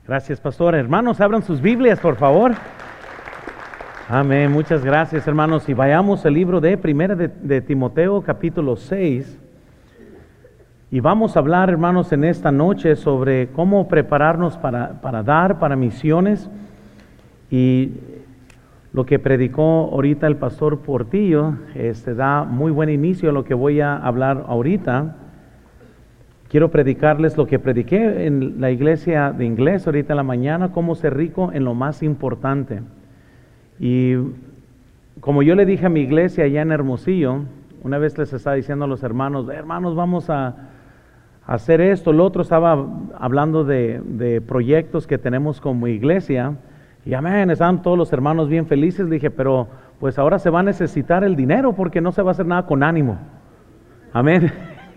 Gracias, pastor. Hermanos, abran sus Biblias, por favor. Amén. Muchas gracias, hermanos. Y vayamos al libro de Primera de Timoteo, capítulo 6. Y vamos a hablar, hermanos, en esta noche sobre cómo prepararnos para misiones. Y lo que predicó ahorita el pastor Portillo da muy buen inicio a lo que voy a hablar ahorita. Quiero predicarles lo que prediqué en la iglesia de inglés ahorita en la mañana, cómo ser rico en lo más importante. Y como yo le dije a mi iglesia allá en Hermosillo, una vez les estaba diciendo a los hermanos, vamos a hacer esto, lo otro, estaba hablando de proyectos que tenemos como iglesia, y amén, estaban todos los hermanos bien felices. Le dije, pero pues ahora se va a necesitar el dinero porque no se va a hacer nada con ánimo. Amén.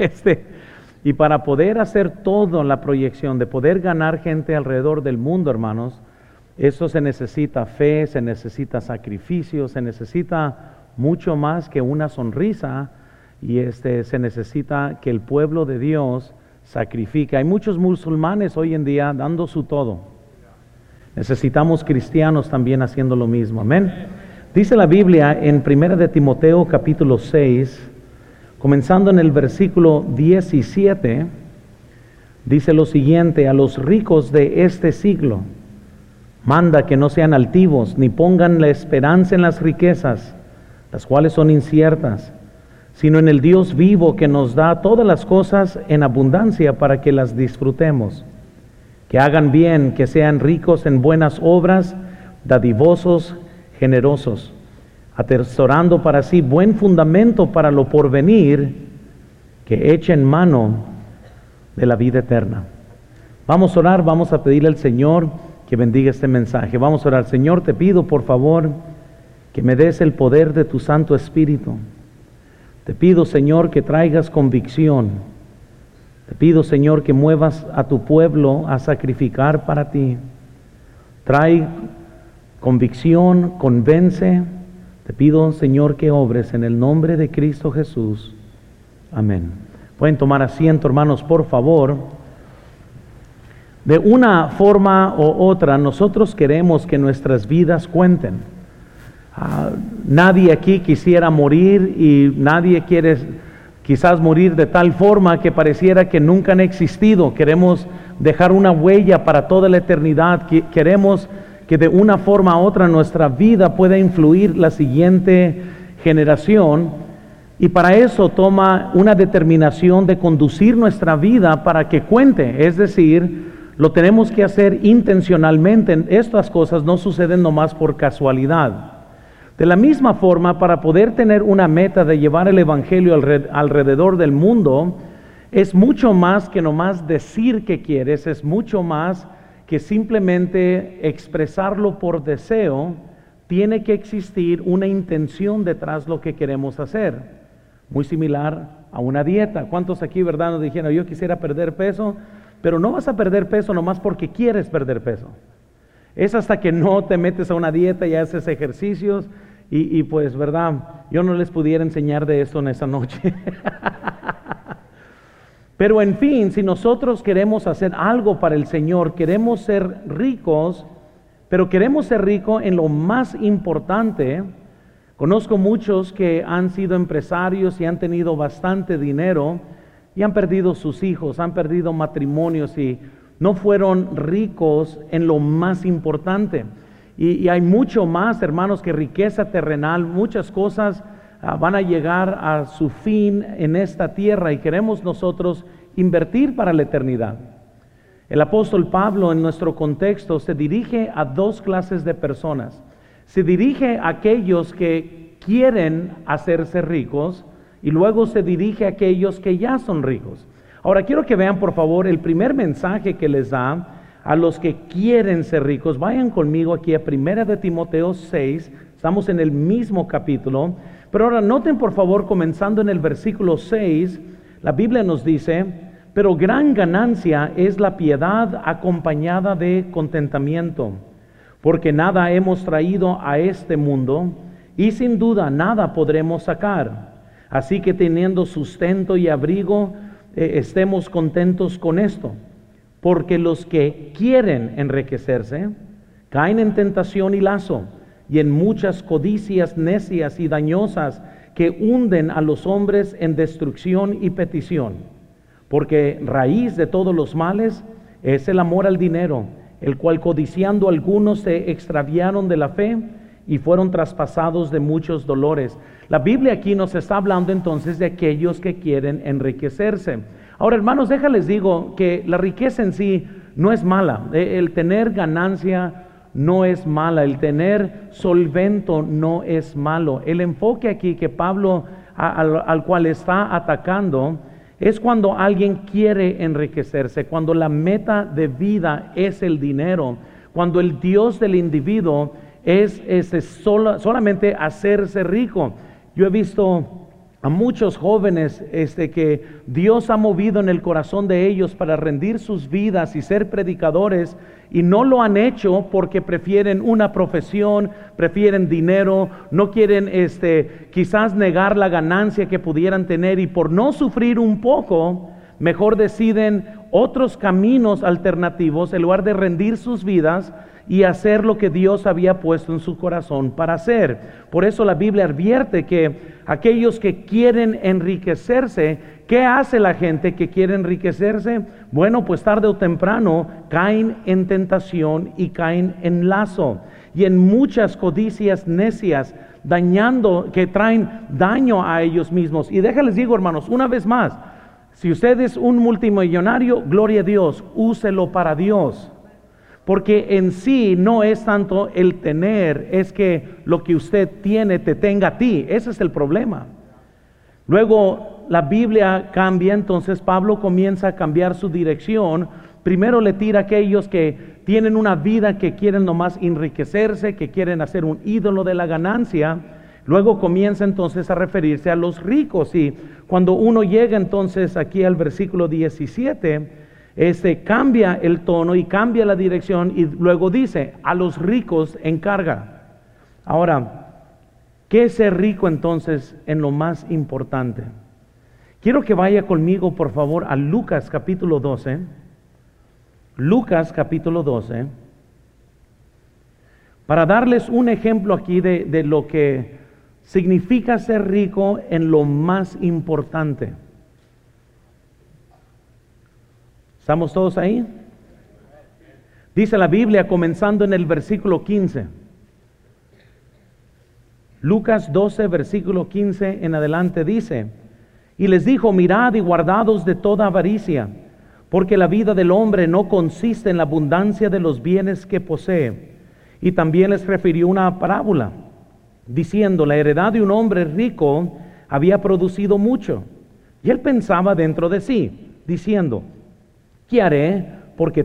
Y para poder hacer todo la proyección, de poder ganar gente alrededor del mundo, hermanos, eso se necesita fe, se necesita sacrificio, se necesita mucho más que una sonrisa, y se necesita que el pueblo de Dios sacrifique. Hay muchos musulmanes hoy en día dando su todo. Necesitamos cristianos también haciendo lo mismo. Amén. Dice la Biblia en 1 de Timoteo capítulo 6, comenzando en el versículo 17, dice lo siguiente: a los ricos de este siglo manda que no sean altivos, ni pongan la esperanza en las riquezas, las cuales son inciertas, sino en el Dios vivo que nos da todas las cosas en abundancia para que las disfrutemos. Que hagan bien, que sean ricos en buenas obras, dadivosos, generosos, atesorando para sí buen fundamento para lo porvenir, que echen mano de la vida eterna. Vamos a orar, vamos a pedirle al Señor que bendiga este mensaje. Vamos a orar. Señor, te pido por favor que me des el poder de tu Santo Espíritu. Te pido, Señor, que traigas convicción. Te pido, Señor, que muevas a tu pueblo a sacrificar para ti. Trae convicción, convence. Te pido, Señor, que obres en el nombre de Cristo Jesús. Amén. Pueden tomar asiento, hermanos, por favor. De una forma u otra, nosotros queremos que nuestras vidas cuenten. Nadie aquí quisiera morir, y nadie quiere quizás morir de tal forma que pareciera que nunca han existido. Queremos dejar una huella para toda la eternidad. Queremos que de una forma u otra nuestra vida pueda influir la siguiente generación, y para eso toma una determinación de conducir nuestra vida para que cuente. Es decir, lo tenemos que hacer intencionalmente. Estas cosas no suceden nomás por casualidad. De la misma forma, para poder tener una meta de llevar el evangelio alrededor del mundo, es mucho más que nomás decir que quieres, es mucho más que simplemente expresarlo por deseo. Tiene que existir una intención detrás de lo que queremos hacer. Muy similar a una dieta. ¿Cuántos aquí, verdad, nos dijeron, yo quisiera perder peso? Pero no vas a perder peso nomás porque quieres perder peso. Es hasta que no te metes a una dieta y haces ejercicios, y pues, verdad, yo no les pudiera enseñar de eso en esa noche. Pero en fin, si nosotros queremos hacer algo para el Señor, queremos ser ricos, pero queremos ser ricos en lo más importante. Conozco muchos que han sido empresarios y han tenido bastante dinero, y han perdido sus hijos, han perdido matrimonios, y no fueron ricos en lo más importante. Y hay mucho más, hermanos, que riqueza terrenal. Muchas cosas van a llegar a su fin en esta tierra, y queremos nosotros invertir para la eternidad. El apóstol Pablo, en nuestro contexto, se dirige a dos clases de personas. Se dirige a aquellos que quieren hacerse ricos, y luego se dirige a aquellos que ya son ricos. Ahora quiero que vean por favor el primer mensaje que les da a los que quieren ser ricos. Vayan conmigo aquí a 1 de Timoteo 6, estamos en el mismo capítulo, pero ahora noten por favor, comenzando en el versículo 6, la Biblia nos dice: pero gran ganancia es la piedad acompañada de contentamiento, porque nada hemos traído a este mundo, y sin duda nada podremos sacar. Así que teniendo sustento y abrigo, estemos contentos con esto. porque los que quieren enriquecerse caen en tentación y lazo, y en muchas codicias necias y dañosas que hunden a los hombres en destrucción y petición. Porque raíz de todos los males es el amor al dinero, el cual codiciando algunos se extraviaron de la fe y fueron traspasados de muchos dolores. La Biblia aquí nos está hablando entonces de aquellos que quieren enriquecerse. Ahora, hermanos, déjales digo que la riqueza en sí no es mala. El tener ganancia no es mala, el tener solvento no es malo. El enfoque aquí que Pablo al cual está atacando es cuando alguien quiere enriquecerse, cuando la meta de vida es el dinero, cuando el Dios del individuo es solamente hacerse rico. Yo he visto a muchos jóvenes que Dios ha movido en el corazón de ellos para rendir sus vidas y ser predicadores, y no lo han hecho porque prefieren una profesión, prefieren dinero, no quieren quizás negar la ganancia que pudieran tener, y por no sufrir un poco, mejor deciden otros caminos alternativos en lugar de rendir sus vidas y hacer lo que Dios había puesto en su corazón para hacer. Por eso la Biblia advierte que aquellos que quieren enriquecerse, ¿qué hace la gente que quiere enriquecerse? Bueno, pues tarde o temprano caen en tentación y caen en lazo y en muchas codicias necias, que traen daño a ellos mismos. Y déjales digo, hermanos, una vez más, si usted es un multimillonario, gloria a Dios, úselo para Dios. Porque en sí no es tanto el tener, es que lo que usted tiene te tenga a ti. Ese es el problema. Luego la Biblia cambia, entonces Pablo comienza a cambiar su dirección. Primero le tira a aquellos que tienen una vida que quieren nomás enriquecerse, que quieren hacer un ídolo de la ganancia. Luego comienza entonces a referirse a los ricos. Y cuando uno llega entonces aquí al versículo 17, cambia el tono y cambia la dirección, y luego dice, a los ricos encarga. Ahora, ¿qué es ser rico entonces en lo más importante? Quiero que vaya conmigo, por favor, a Lucas capítulo 12. Lucas capítulo 12. Para darles un ejemplo aquí de lo que significa ser rico en lo más importante. ¿Estamos todos ahí? Dice la Biblia, comenzando en el versículo 15. Lucas 12, versículo 15 en adelante dice: y les dijo, mirad y guardaos de toda avaricia, porque la vida del hombre no consiste en la abundancia de los bienes que posee. Y también les refirió una parábola, diciendo, la heredad de un hombre rico había producido mucho. Y él pensaba dentro de sí, diciendo, ¿qué haré porque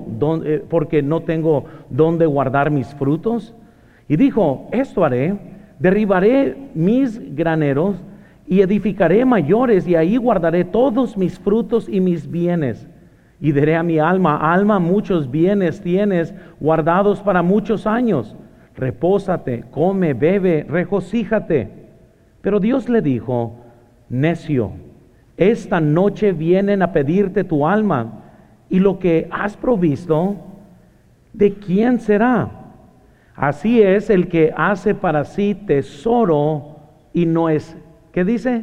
no tengo dónde guardar mis frutos? Y dijo, esto haré, derribaré mis graneros y edificaré mayores, y ahí guardaré todos mis frutos y mis bienes. Y diré a mi alma, alma, muchos bienes tienes guardados para muchos años. Repósate, come, bebe, regocíjate. Pero Dios le dijo, necio, esta noche vienen a pedirte tu alma, y lo que has provisto, ¿de quién será? Así es el que hace para sí tesoro y no es, ¿qué dice?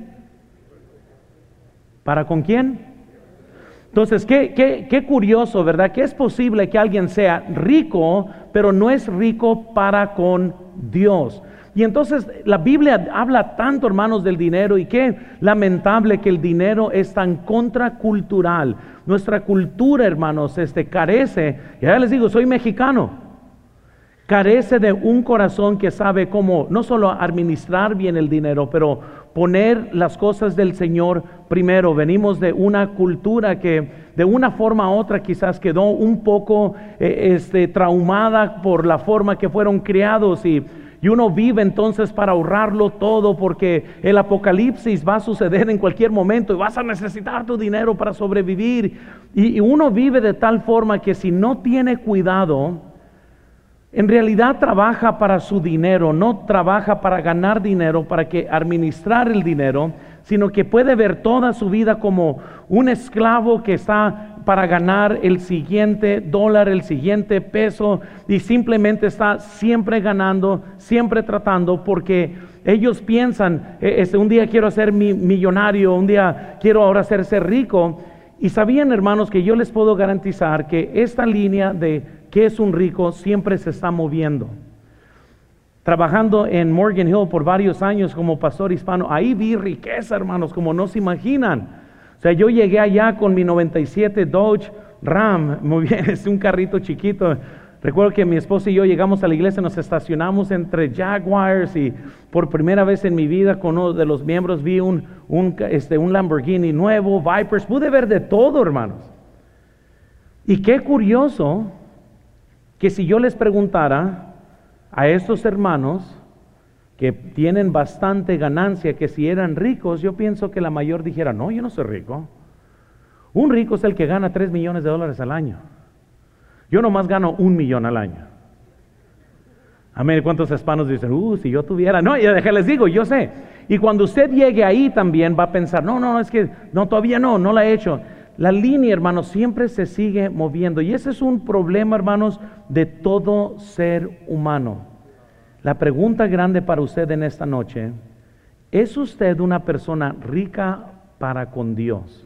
¿Para con quién? Entonces, qué curioso, ¿verdad? Que es posible que alguien sea rico, pero no es rico para con Dios. Y entonces la Biblia habla tanto, hermanos, del dinero, y qué lamentable que el dinero es tan contracultural. Nuestra cultura, hermanos, carece, ya les digo, soy mexicano, carece de un corazón que sabe cómo no solo administrar bien el dinero, pero poner las cosas del Señor primero. Venimos de una cultura que de una forma u otra quizás quedó un poco traumada por la forma que fueron criados, y uno vive entonces para ahorrarlo todo, porque el apocalipsis va a suceder en cualquier momento y vas a necesitar tu dinero para sobrevivir. Y uno vive de tal forma que si no tiene cuidado, en realidad trabaja para su dinero, no trabaja para ganar dinero, para que administrar el dinero, sino que puede ver toda su vida como un esclavo que está para ganar el siguiente dólar, el siguiente peso, y simplemente está siempre ganando, siempre tratando, porque ellos piensan, un día quiero ser millonario, un día quiero ahora ser rico. Y sabían, hermanos, que yo les puedo garantizar que esta línea de qué es un rico siempre se está moviendo. Trabajando en Morgan Hill por varios años como pastor hispano, ahí vi riqueza, hermanos, como no se imaginan. O sea, yo llegué allá con mi 97 Dodge Ram, muy bien, es un carrito chiquito. Recuerdo que mi esposa y yo llegamos a la iglesia, nos estacionamos entre Jaguars, y por primera vez en mi vida con uno de los miembros vi un Lamborghini nuevo, Vipers, pude ver de todo, hermanos. Y qué curioso que si yo les preguntara a estos hermanos que tienen bastante ganancia, que si eran ricos, yo pienso que la mayor dijera, no, yo no soy rico. Un rico es el que gana $3 millones al año. Yo nomás gano $1 millón al año. Amén. ¿Cuántos hispanos dicen, si yo tuviera? No, ya les digo, yo sé. Y cuando usted llegue ahí también va a pensar, no, es que no, todavía no la he hecho. La línea, hermanos, siempre se sigue moviendo. Y ese es un problema, hermanos, de todo ser humano. La pregunta grande para usted en esta noche, ¿es usted una persona rica para con Dios?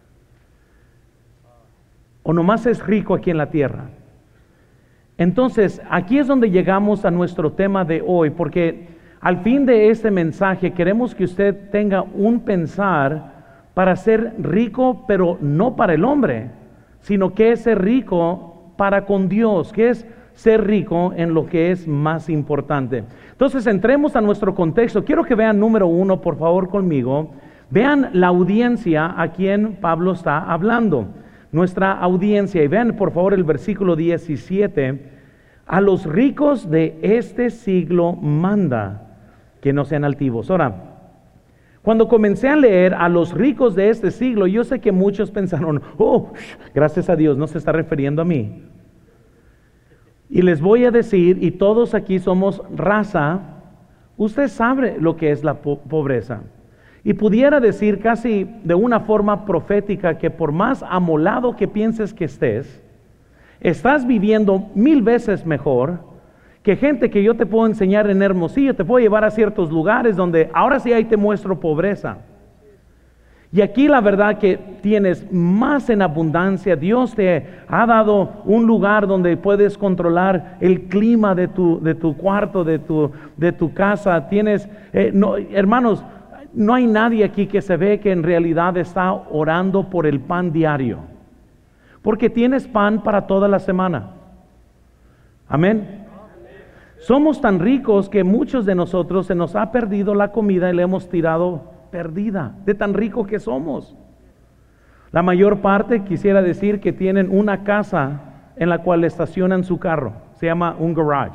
¿O nomás es rico aquí en la tierra? Entonces, aquí es donde llegamos a nuestro tema de hoy, porque al fin de este mensaje queremos que usted tenga un pensar para ser rico, pero no para el hombre, sino que es ser rico para con Dios, que es ser rico en lo que es más importante. Entonces, entremos a nuestro contexto. Quiero que vean número 1, por favor, conmigo. Vean la audiencia a quien Pablo está hablando. Nuestra audiencia, y vean por favor el versículo 17, a los ricos de este siglo manda que no sean altivos. Ahora, cuando comencé a leer a los ricos de este siglo, yo sé que muchos pensaron, gracias a Dios, no se está refiriendo a mí. Y les voy a decir, y todos aquí somos raza, usted sabe lo que es la pobreza. Y pudiera decir casi de una forma profética que por más amolado que pienses que estés, estás viviendo 1000 veces mejor que gente que yo te puedo enseñar en Hermosillo, te puedo llevar a ciertos lugares donde ahora sí ahí te muestro pobreza. Y aquí la verdad que tienes más en abundancia. Dios te ha dado un lugar donde puedes controlar el clima de tu cuarto, de tu casa. Tienes, hermanos, no hay nadie aquí que se ve que en realidad está orando por el pan diario, porque tienes pan para toda la semana. Amén. Somos tan ricos que muchos de nosotros se nos ha perdido la comida y la hemos tirado perdida, de tan rico que somos. La mayor parte, quisiera decir, que tienen una casa en la cual estacionan su carro. Se llama un garage.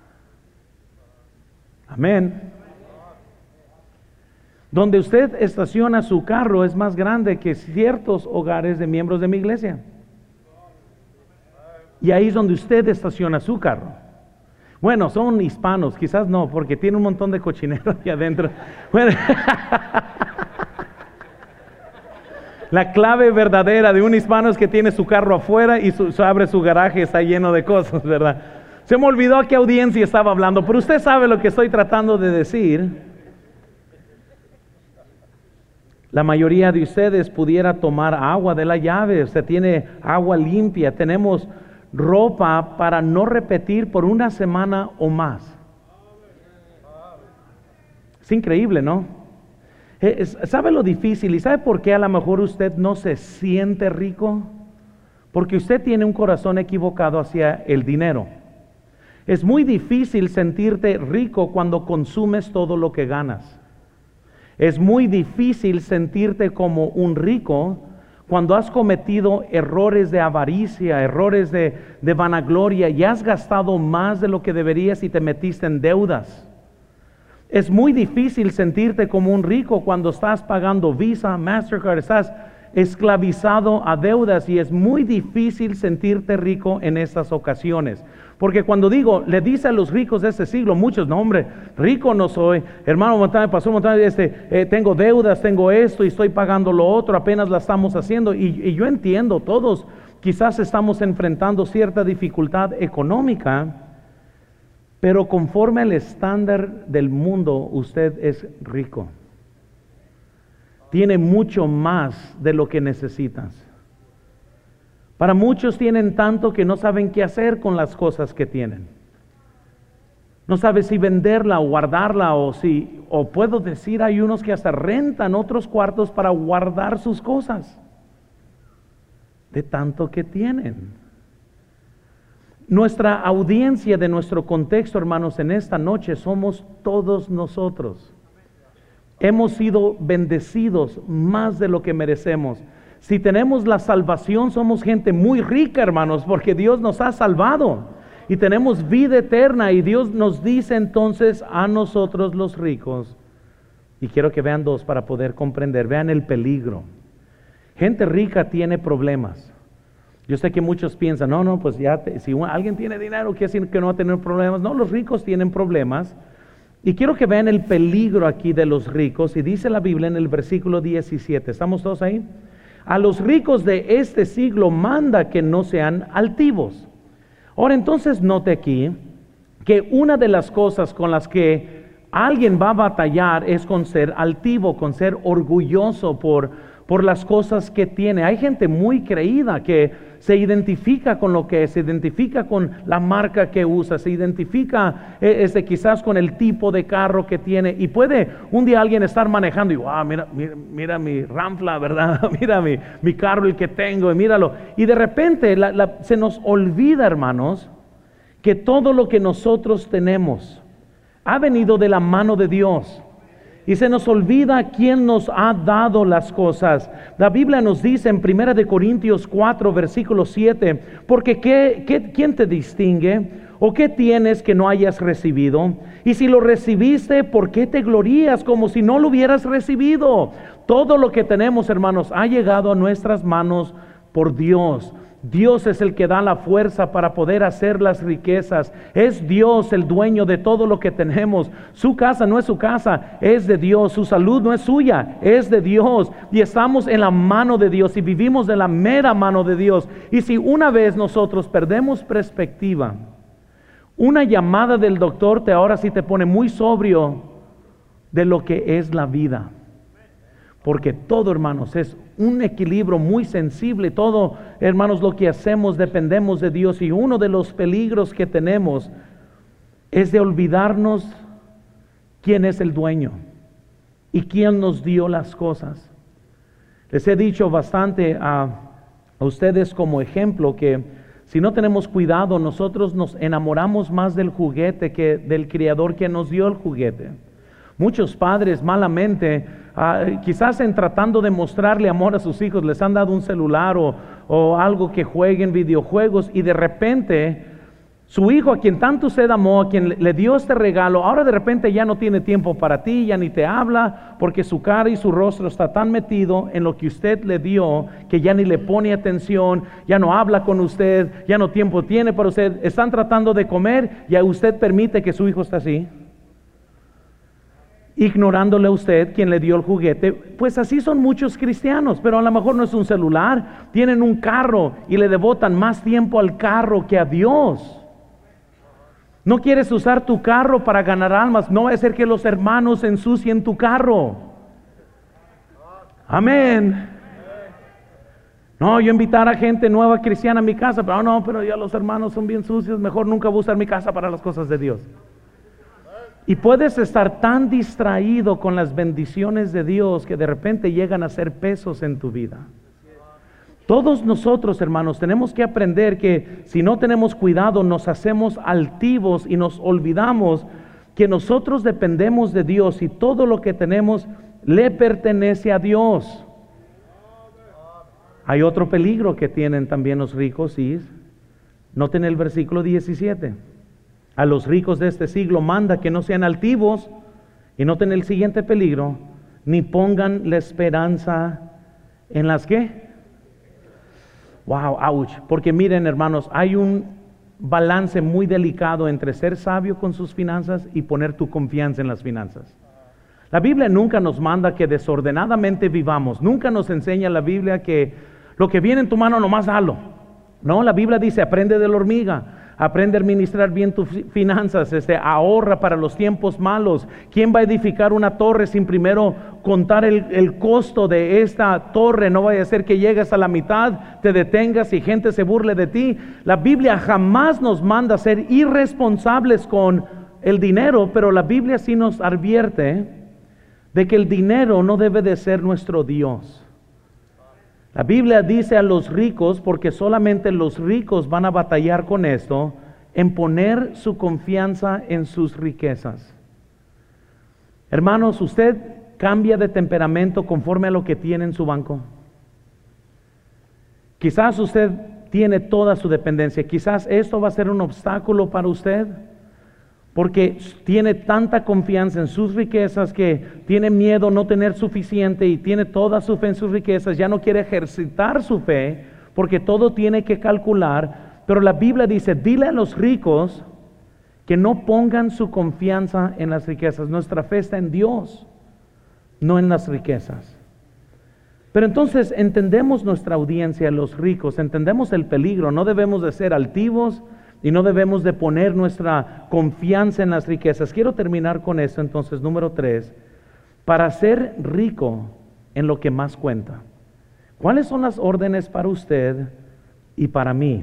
Amén. Donde usted estaciona su carro es más grande que ciertos hogares de miembros de mi iglesia. Y ahí es donde usted estaciona su carro. Bueno, son hispanos, quizás no, porque tiene un montón de cochinero aquí adentro. Bueno, la clave verdadera de un hispano es que tiene su carro afuera y abre su garaje, está lleno de cosas, ¿verdad? Se me olvidó a qué audiencia estaba hablando, pero usted sabe lo que estoy tratando de decir. La mayoría de ustedes pudiera tomar agua de la llave, usted tiene agua limpia, tenemos ropa para no repetir por una semana o más. Es increíble, ¿no? ¿Sabe lo difícil? ¿Y sabe por qué a lo mejor usted no se siente rico? Porque usted tiene un corazón equivocado hacia el dinero. Es muy difícil sentirte rico cuando consumes todo lo que ganas. Es muy difícil sentirte como un rico cuando has cometido errores de avaricia, errores de vanagloria y has gastado más de lo que deberías y te metiste en deudas. Es muy difícil sentirte como un rico cuando estás pagando Visa, Mastercard, estás esclavizado a deudas y es muy difícil sentirte rico en estas ocasiones. Porque cuando digo, le dice a los ricos de este siglo, muchos, no hombre, rico no soy, hermano Montaña, pasó Montaña, tengo deudas, tengo esto y estoy pagando lo otro, apenas la estamos haciendo. Y yo entiendo, todos quizás estamos enfrentando cierta dificultad económica, pero conforme al estándar del mundo, usted es rico. Tiene mucho más de lo que necesitas. Para muchos tienen tanto que no saben qué hacer con las cosas que tienen. No saben si venderla o guardarla o puedo decir, hay unos que hasta rentan otros cuartos para guardar sus cosas. De tanto que tienen. Nuestra audiencia de nuestro contexto, hermanos, en esta noche somos todos nosotros. Hemos sido bendecidos más de lo que merecemos. Si tenemos la salvación, somos gente muy rica, hermanos, porque Dios nos ha salvado y tenemos vida eterna y Dios nos dice entonces a nosotros los ricos, y quiero que vean dos para poder comprender, vean el peligro. Gente rica tiene problemas. Yo sé que muchos piensan, no, pues si alguien tiene dinero, quiere decir que no va a tener problemas. No, los ricos tienen problemas. Y quiero que vean el peligro aquí de los ricos, y dice la Biblia en el versículo 17, ¿estamos todos ahí? A los ricos de este siglo manda que no sean altivos. Ahora entonces note aquí que una de las cosas con las que alguien va a batallar es con ser altivo, con ser orgulloso por las cosas que tiene. Hay gente muy creída que se identifica con lo que es, se identifica con la marca que usa, se identifica quizás con el tipo de carro que tiene, y puede un día alguien estar manejando y mira mi Ramfla, ¿verdad? Mira mi carro, el que tengo, y míralo. Y de repente se nos olvida, hermanos, que todo lo que nosotros tenemos ha venido de la mano de Dios. Y se nos olvida quién nos ha dado las cosas. La Biblia nos dice en 1 Corintios 4, versículo 7, porque ¿quién te distingue? ¿O qué tienes que no hayas recibido? Y si lo recibiste, ¿por qué te glorías como si no lo hubieras recibido? Todo lo que tenemos, hermanos, ha llegado a nuestras manos por Dios. Dios es el que da la fuerza para poder hacer las riquezas. Es Dios el dueño de todo lo que tenemos. Su casa no es su casa, es de Dios. Su salud no es suya, es de Dios. Y estamos en la mano de Dios y vivimos de la mera mano de Dios. Y si una vez nosotros perdemos perspectiva, una llamada del doctor ahora sí te pone muy sobrio de lo que es la vida. Porque todo, hermanos, es un equilibrio muy sensible. Todo, hermanos, lo que hacemos dependemos de Dios. Y uno de los peligros que tenemos es de olvidarnos quién es el dueño y quién nos dio las cosas. Les he dicho bastante a ustedes como ejemplo que si no tenemos cuidado, nosotros nos enamoramos más del juguete que del Creador que nos dio el juguete. Muchos padres malamente, quizás en tratando de mostrarle amor a sus hijos, les han dado un celular o algo que jueguen videojuegos, y de repente su hijo, a quien tanto usted amó, a quien le dio este regalo, ahora de repente ya no tiene tiempo para ti, ya ni te habla, porque su cara y su rostro está tan metido en lo que usted le dio que ya ni le pone atención, ya no habla con usted, ya no tiempo tiene para usted. Están tratando de comer y a usted permite que su hijo esté así, ignorándole a usted quien le dio el juguete. Pues así son muchos cristianos, pero a lo mejor no es un celular, tienen un carro y le devotan más tiempo al carro que a Dios. No quieres usar tu carro para ganar almas, no va a ser que los hermanos ensucien tu carro. Amén. No, yo invitar a gente nueva cristiana a mi casa, pero ya los hermanos son bien sucios, mejor nunca voy a usar mi casa para las cosas de Dios. Y puedes estar tan distraído con las bendiciones de Dios que de repente llegan a ser pesos en tu vida. Todos nosotros, hermanos, tenemos que aprender que si no tenemos cuidado nos hacemos altivos y nos olvidamos que nosotros dependemos de Dios y todo lo que tenemos le pertenece a Dios. Hay otro peligro que tienen también los ricos, y noten el versículo 17. A los ricos de este siglo manda que no sean altivos, y noten el siguiente peligro, ni pongan la esperanza ¿En las qué? Wow, ouch. Porque miren, hermanos, hay un balance muy delicado entre ser sabio con sus finanzas y poner tu confianza en las finanzas. La Biblia nunca nos manda que desordenadamente vivamos. Nunca nos enseña la Biblia que lo que viene en tu mano nomás dalo. No, la Biblia dice, aprende de la hormiga. Aprende a administrar bien tus finanzas, ahorra para los tiempos malos. ¿Quién va a edificar una torre sin primero contar el costo de esta torre? No vaya a ser que llegues a la mitad, te detengas y gente se burle de ti. La Biblia jamás nos manda a ser irresponsables con el dinero, pero la Biblia sí nos advierte de que el dinero no debe de ser nuestro Dios. La Biblia dice a los ricos, porque solamente los ricos van a batallar con esto, en poner su confianza en sus riquezas. Hermanos, ¿usted cambia de temperamento conforme a lo que tiene en su banco? Quizás usted tiene toda su dependencia, quizás esto va a ser un obstáculo para usted, porque tiene tanta confianza en sus riquezas que tiene miedo no tener suficiente y tiene toda su fe en sus riquezas, ya no quiere ejercitar su fe porque todo tiene que calcular. Pero la Biblia dice, dile a los ricos que no pongan su confianza en las riquezas. Nuestra fe está en Dios, no en las riquezas. Pero entonces entendemos nuestra audiencia, los ricos, entendemos el peligro. No debemos de ser altivos y no debemos de poner nuestra confianza en las riquezas. Quiero terminar con esto entonces, número 3. Para ser rico en lo que más cuenta. ¿Cuáles son las órdenes para usted y para mí?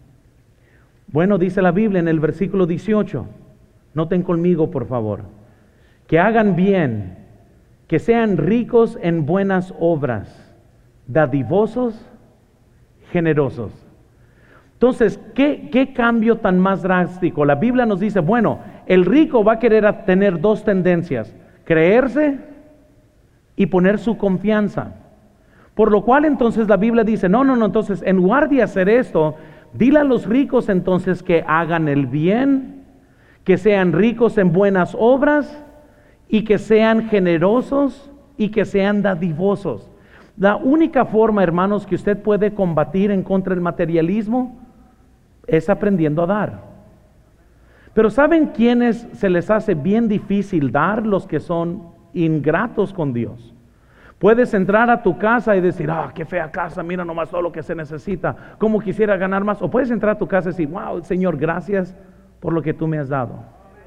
Bueno, dice la Biblia en el versículo 18. Noten conmigo, por favor. Que hagan bien, que sean ricos en buenas obras, dadivosos, generosos. Entonces, ¿qué cambio tan más drástico? La Biblia nos dice, bueno, el rico va a querer tener dos tendencias, creerse y poner su confianza. Por lo cual entonces la Biblia dice, no, entonces en lugar de hacer esto, dile a los ricos entonces que hagan el bien, que sean ricos en buenas obras y que sean generosos y que sean dadivosos. La única forma, hermanos, que usted puede combatir en contra del materialismo es aprendiendo a dar. Pero ¿saben quiénes se les hace bien difícil dar? Los que son ingratos con Dios. Puedes entrar a tu casa y decir, qué fea casa, mira nomás todo lo que se necesita, cómo quisiera ganar más. O puedes entrar a tu casa y decir, wow, Señor, gracias por lo que tú me has dado.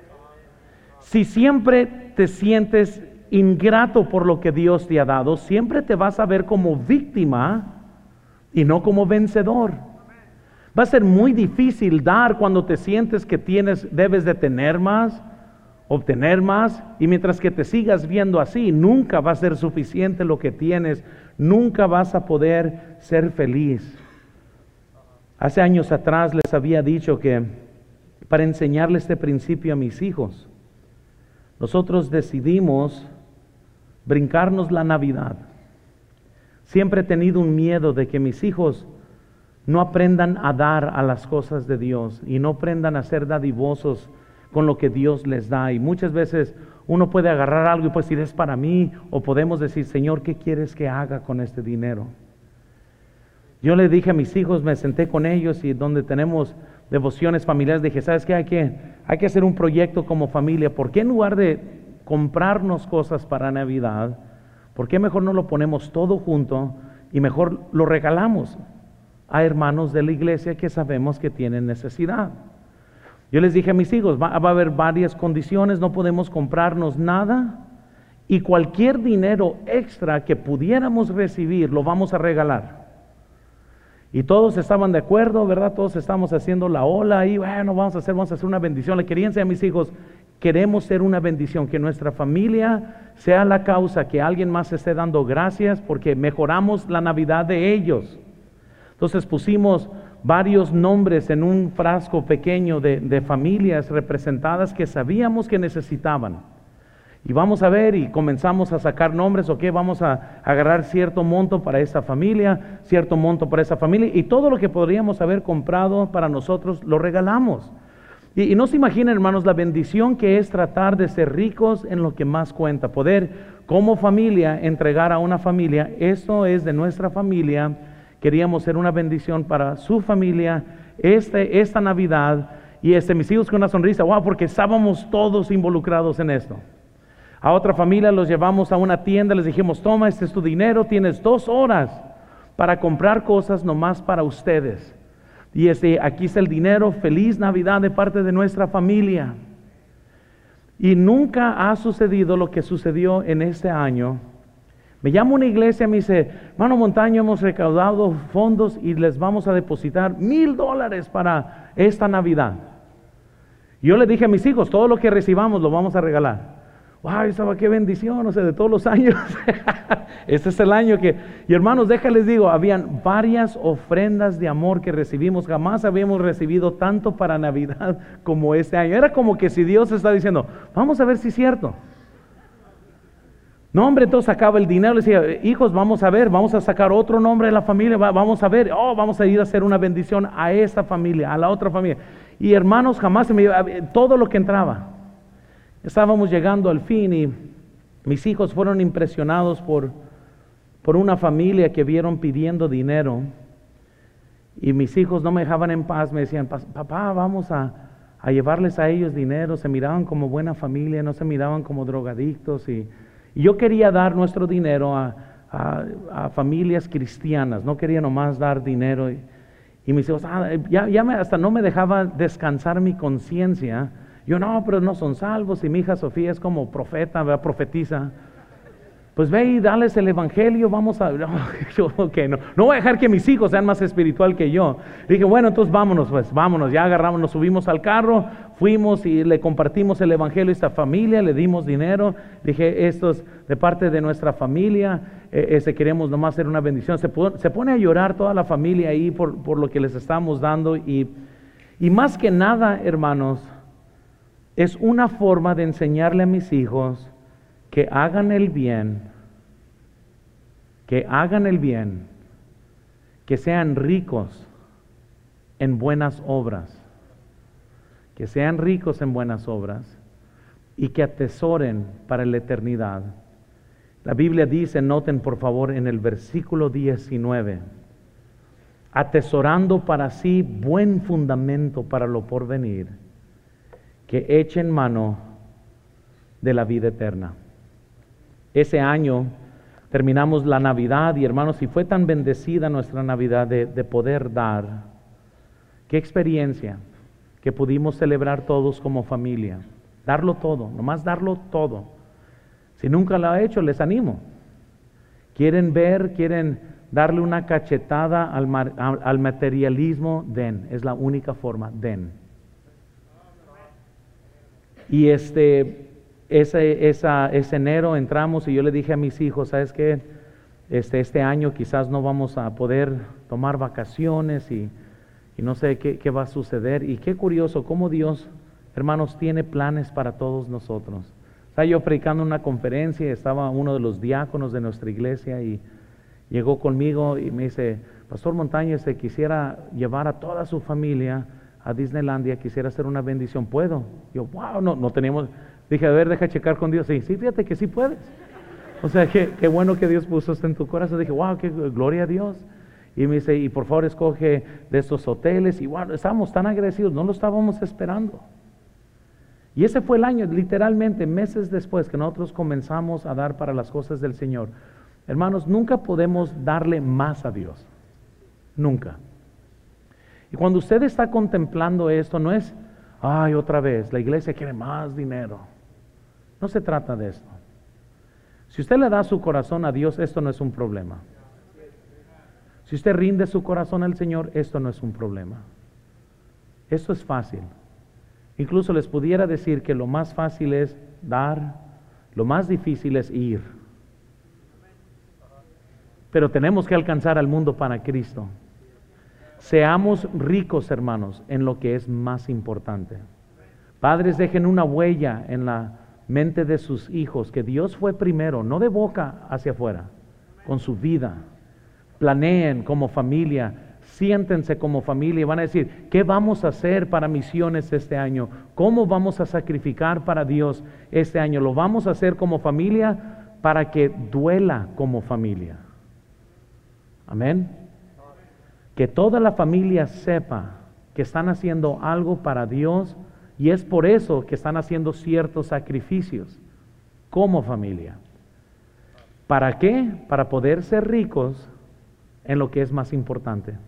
Si siempre te sientes ingrato por lo que Dios te ha dado, siempre te vas a ver como víctima y no como vencedor. Va a ser muy difícil dar cuando te sientes que debes de tener más, obtener más, y mientras que te sigas viendo así, nunca va a ser suficiente lo que tienes, nunca vas a poder ser feliz. Hace años atrás les había dicho que para enseñarle este principio a mis hijos, nosotros decidimos brincarnos la Navidad. Siempre he tenido un miedo de que mis hijos no aprendan a dar a las cosas de Dios y no aprendan a ser dadivosos con lo que Dios les da. Y muchas veces uno puede agarrar algo y puede decir, es para mí, o podemos decir, Señor, ¿qué quieres que haga con este dinero? Yo le dije a mis hijos, me senté con ellos y donde tenemos devociones familiares, dije, ¿sabes qué? Hay que hacer un proyecto como familia. ¿Por qué en lugar de comprarnos cosas para Navidad, por qué mejor no lo ponemos todo junto y mejor lo regalamos a hermanos de la iglesia que sabemos que tienen necesidad? Yo les dije a mis hijos, va a haber varias condiciones, no podemos comprarnos nada y cualquier dinero extra que pudiéramos recibir lo vamos a regalar. Y todos estaban de acuerdo, ¿verdad? Todos estamos haciendo la ola y bueno, vamos a hacer una bendición. Le quería enseñar a mis hijos, queremos ser una bendición, que nuestra familia sea la causa, que alguien más esté dando gracias porque mejoramos la Navidad de ellos. Entonces pusimos varios nombres en un frasco pequeño de familias representadas que sabíamos que necesitaban. Y vamos a ver y comenzamos a sacar nombres, vamos a agarrar cierto monto para esa familia, cierto monto para esa familia, y todo lo que podríamos haber comprado para nosotros lo regalamos. Y no se imaginen, hermanos, la bendición que es tratar de ser ricos en lo que más cuenta. Poder, como familia, entregar a una familia. Esto es de nuestra familia. Queríamos ser una bendición para su familia esta Navidad. Y mis hijos con una sonrisa, wow, porque estábamos todos involucrados en esto. A otra familia los llevamos a una tienda, les dijimos, toma, este es tu dinero, tienes 2 horas para comprar cosas nomás para ustedes. Y aquí está el dinero, feliz Navidad de parte de nuestra familia. Y nunca ha sucedido lo que sucedió en este año. Me llama una iglesia, me dice, hermano Montaño, hemos recaudado fondos y les vamos a depositar $1,000 para esta Navidad. Yo le dije a mis hijos, todo lo que recibamos lo vamos a regalar. Wow, estaba qué bendición, o sea, de todos los años. Este es el año que, y hermanos, déjales digo, habían varias ofrendas de amor que recibimos. Jamás habíamos recibido tanto para Navidad como este año. Era como que si Dios está diciendo, vamos a ver si es cierto. No, hombre, entonces sacaba el dinero, le decía, hijos, vamos a ver, vamos a sacar otro nombre de la familia, vamos a ver, vamos a ir a hacer una bendición a esa familia, a la otra familia. Y hermanos, jamás se me iba, todo lo que entraba. Estábamos llegando al fin y mis hijos fueron impresionados por una familia que vieron pidiendo dinero. Y mis hijos no me dejaban en paz, me decían, papá, vamos a llevarles a ellos dinero. Se miraban como buena familia, no se miraban como drogadictos. Y yo quería dar nuestro dinero a familias cristianas, no quería nomás dar dinero. Y mis hijos, hasta no me dejaba descansar mi conciencia. Yo, no, pero no son salvos, y mi hija Sofía es como profeta, ¿verdad? Profetiza. Pues ve y dales el evangelio, vamos a... No voy a dejar que mis hijos sean más espiritual que yo. Dije, bueno, entonces vámonos, ya agarramos, nos subimos al carro, fuimos y le compartimos el evangelio a esta familia, le dimos dinero. Dije, esto es de parte de nuestra familia, queremos nomás hacer una bendición. Se pone a llorar toda la familia ahí por lo que les estamos dando y más que nada, hermanos, es una forma de enseñarle a mis hijos que hagan el bien, que sean ricos en buenas obras, y que atesoren para la eternidad. La Biblia dice, noten por favor en el versículo 19, atesorando para sí buen fundamento para lo porvenir, que echen mano de la vida eterna. Ese año terminamos la Navidad y hermanos, y fue tan bendecida nuestra Navidad de poder dar. Qué experiencia que pudimos celebrar todos como familia. Darlo todo, nomás darlo todo. Si nunca lo ha hecho, les animo. Quieren darle una cachetada al materialismo, den. Es la única forma, den. Y ese enero entramos y yo le dije a mis hijos, ¿sabes qué? Este año quizás no vamos a poder tomar vacaciones y no sé qué va a suceder. Y qué curioso cómo Dios, hermanos, tiene planes para todos nosotros. Estaba yo predicando en una conferencia y estaba uno de los diáconos de nuestra iglesia y llegó conmigo y me dice, Pastor Montaño, quisiera llevar a toda su familia a Disneylandia, quisiera hacer una bendición, ¿puedo? Yo, wow, no teníamos. Dije, a ver, deja checar con Dios. Sí, fíjate que sí puedes. O sea, qué bueno que Dios puso esto en tu corazón. Dije, wow, qué gloria a Dios. Y me dice, y por favor escoge de estos hoteles. Y wow, estábamos tan agradecidos, no lo estábamos esperando. Y ese fue el año, literalmente, meses después que nosotros comenzamos a dar para las cosas del Señor. Hermanos, nunca podemos darle más a Dios. Nunca. Y cuando usted está contemplando esto, no es, otra vez, la iglesia quiere más dinero. No se trata de esto. Si usted le da su corazón a Dios, esto no es un problema. Si usted rinde su corazón al Señor, esto no es un problema. Esto es fácil. Incluso les pudiera decir que lo más fácil es dar, lo más difícil es ir. Pero tenemos que alcanzar al mundo para Cristo. Seamos ricos, hermanos, en lo que es más importante. Padres, dejen una huella en la mente de sus hijos, que Dios fue primero, no de boca hacia afuera, con su vida. Planeen como familia Siéntense como familia y van a decir, ¿qué vamos a hacer para misiones este año? ¿Cómo vamos a sacrificar para Dios este año? Lo vamos a hacer como familia para que duela como familia. Amén. Que toda la familia sepa que están haciendo algo para Dios y es por eso que están haciendo ciertos sacrificios como familia. ¿Para qué? Para poder ser ricos en lo que es más importante.